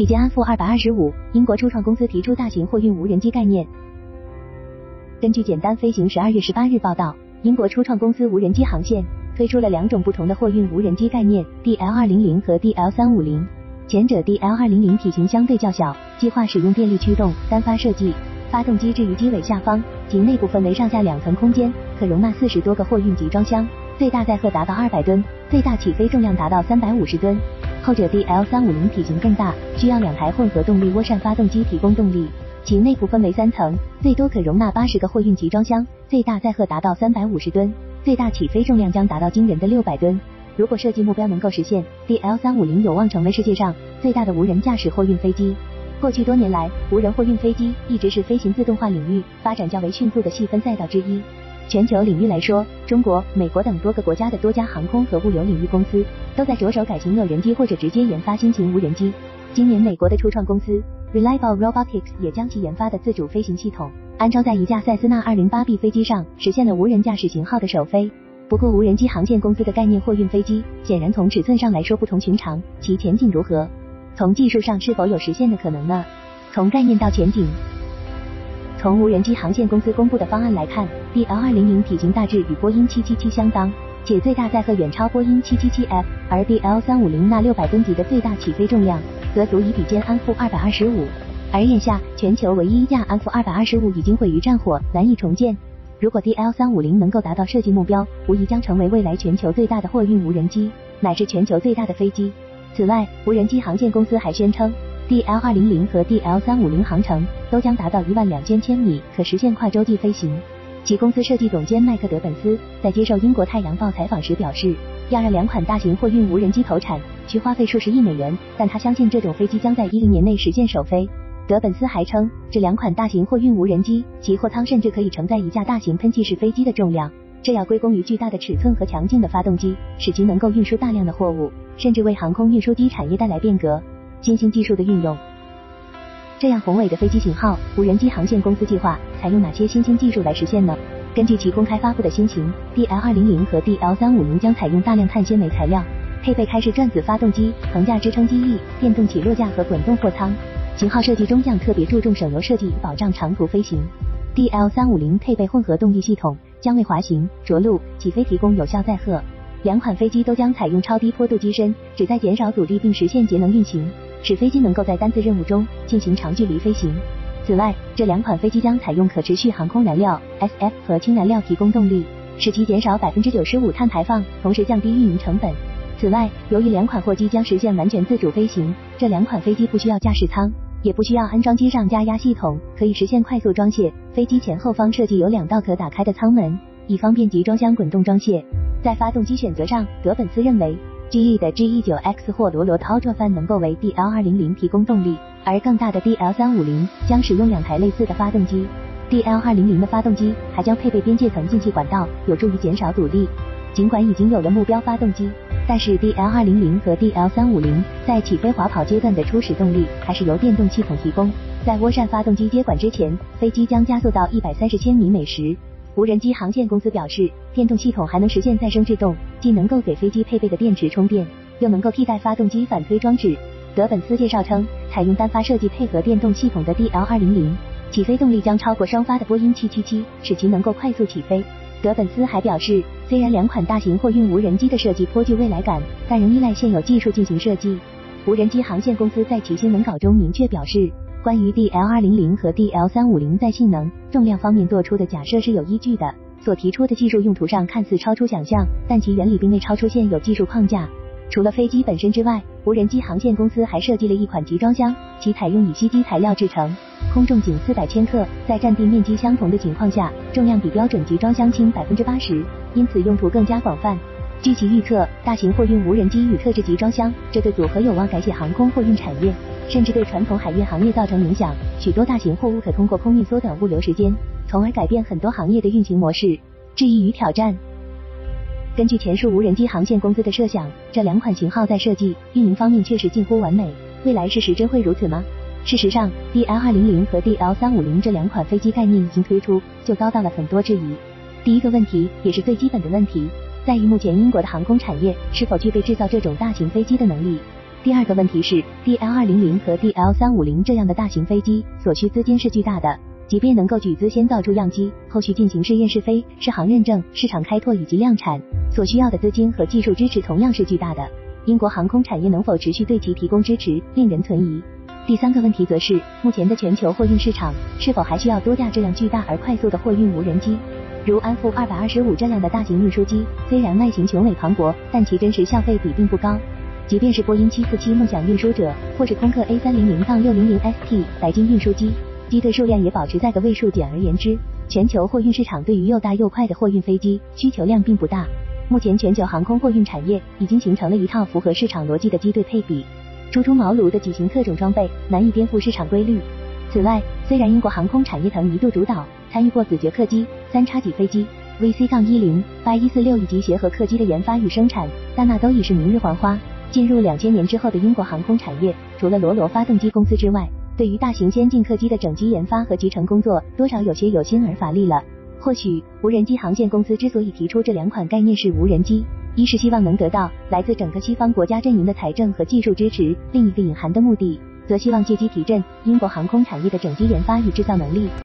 比肩安富225，英国初创公司提出大型货运无人机概念。根据简单飞行12月18日报道，英国初创公司无人机航线推出了2种不同的货运无人机概念 DL200 和 DL350。前者 DL200 体型相对较小，计划使用电力驱动，单发设计，发动机置于机尾下方，其内部分为上下2层空间，可容纳40多个货运集装箱，最大载荷达到200吨，最大起飞重量达到350吨。后者 DL350 体型更大，需要2台混合动力涡扇发动机提供动力，其内部分为3层，最多可容纳80个货运集装箱，最大载荷达到350吨，最大起飞重量将达到惊人的600吨。如果设计目标能够实现， DL350 有望成为世界上最大的无人驾驶货运飞机。过去多年来，无人货运飞机一直是飞行自动化领域发展较为迅速的细分赛道之一。全球领域来说，中国、美国等多个国家的多家航空和物流领域公司都在着手改型有人机或者直接研发新型无人机。今年美国的初创公司 Reliable Robotics 也将其研发的自主飞行系统安装在一架塞斯纳 208B 飞机上，实现了无人驾驶型号的首飞。不过无人机航线公司的概念货运飞机显然从尺寸上来说不同寻常，其前景如何？从技术上是否有实现的可能呢？从概念到前景。从无人机航线公司公布的方案来看， DL200 体型大致与波音777相当，且最大载荷远超波音777F， 而 DL350 那600吨级的最大起飞重量则足以比肩安富225。而眼下全球唯一一架安富225已经毁于战火，难以重建。如果 DL350 能够达到设计目标，无疑将成为未来全球最大的货运无人机，乃至全球最大的飞机。此外，无人机航线公司还宣称， DL200 和 DL350 航程都将达到12000千米，可实现跨洲际飞行。其公司设计总监麦克德本斯在接受英国太阳报采访时表示，要让2款大型货运无人机投产，需花费数十亿美元，但他相信这种飞机将在10年内实现首飞。德本斯还称，这2款大型货运无人机其货舱甚至可以承载一架大型喷气式飞机的重量，这要归功于巨大的尺寸和强劲的发动机，使其能够运输大量的货物，甚至为航空运输机产业带来变革。新兴技术的运用。这样宏伟的飞机型号，无人机航线公司计划采用哪些新兴技术来实现呢？根据其公开发布的新型 DL200 和 DL350 将采用大量碳纤维材料，配备开式转子发动机、横架支撑机翼、电动起落架和滚动货舱。型号设计中将特别注重省油设计以保障长途飞行。DL350 配备混合动力系统，将为滑行、着陆、起飞提供有效载荷。2款飞机都将采用超低坡度机身，旨在减少阻力并实现节能运行，使飞机能够在单次任务中进行长距离飞行。此外，这2款飞机将采用可持续航空燃料 SF 和氢燃料提供动力，使其减少 95% 碳排放，同时降低运营成本。此外，由于2款货机将实现完全自主飞行，这2款飞机不需要驾驶舱，也不需要安装机上加压系统，可以实现快速装卸。飞机前后方设计有2道可打开的舱门，以方便集装箱滚动装卸。在发动机选择上，德本斯认为 GE 的 G19X 或罗罗的 Ultrafan 能够为 DL200 提供动力，而更大的 DL350 将使用2台类似的发动机。DL200 的发动机还将配备边界层进气管道，有助于减少阻力。尽管已经有了目标发动机，但是 DL200 和 DL350 在起飞滑跑阶段的初始动力还是由电动系统提供。在涡扇发动机接管之前，飞机将加速到130千米每时。无人机航线公司表示，电动系统还能实现再生制动，既能够给飞机配备的电池充电，又能够替代发动机反推装置。德本斯介绍称，采用单发设计配合电动系统的 DL200 起飞动力将超过双发的波音777，使其能够快速起飞。德本斯还表示，虽然2款大型货运无人机的设计颇具未来感，但仍依赖现有技术进行设计。无人机航线公司在其新闻稿中明确表示，关于 DL200 和 DL350 在性能、重量方面做出的假设是有依据的，所提出的技术用途上看似超出想象，但其原理并未超出现有技术框架。除了飞机本身之外，无人机航线公司还设计了一款集装箱，其采用乙烯基材料制成，空重仅400千克，在占地面积相同的情况下，重量比标准集装箱轻 80%， 因此用途更加广泛。据其预测，大型货运无人机与特制集装箱这对组合有望改写航空货运产业，甚至对传统海运行业造成影响。许多大型货物可通过空运缩短物流时间，从而改变很多行业的运行模式。质疑与挑战。根据前述无人机航线公司的设想，这2款型号在设计、运营方面确实近乎完美。未来事实真会如此吗？事实上 ，DL200 和 DL350 这2款飞机概念已经推出，就遭到了很多质疑。第一个问题，也是最基本的问题，在于目前英国的航空产业是否具备制造这种大型飞机的能力。 第二个问题是 DL200 和 DL350 这样的大型飞机所需资金是巨大的，即便能够举资先造出样机，后续进行试验试飞、试航认证、市场开拓以及量产，所需要的资金和技术支持同样是巨大的。英国航空产业能否持续对其提供支持，令人存疑。第三个问题则是，目前的全球货运市场是否还需要多架这样巨大而快速的货运无人机？如安富225这样的大型运输机，虽然外形雄伟磅礴，但其真实消费比并不高。即便是波音747梦想运输者，或是空客 A300-600ST 白金运输机，机队数量也保持在个位数。简而言之，全球货运市场对于又大又快的货运飞机需求量并不大。目前全球航空货运产业已经形成了一套符合市场逻辑的机队配比，初出茅庐的几型特种装备难以颠覆市场规律。此外，虽然英国航空产业曾一度主导参与过子爵客机、3叉戟飞机、VC-10、8146以及协和客机的研发与生产，但那都已是明日黄花。进入2000年之后的英国航空产业，除了罗罗发动机公司之外，对于大型先进客机的整机研发和集成工作，多少有些有心而乏力了。或许无人机航线公司之所以提出这两款概念式无人机，一是希望能得到来自整个西方国家阵营的财政和技术支持，另一个隐含的目的则希望借机提振英国航空产业的整机研发与制造能力。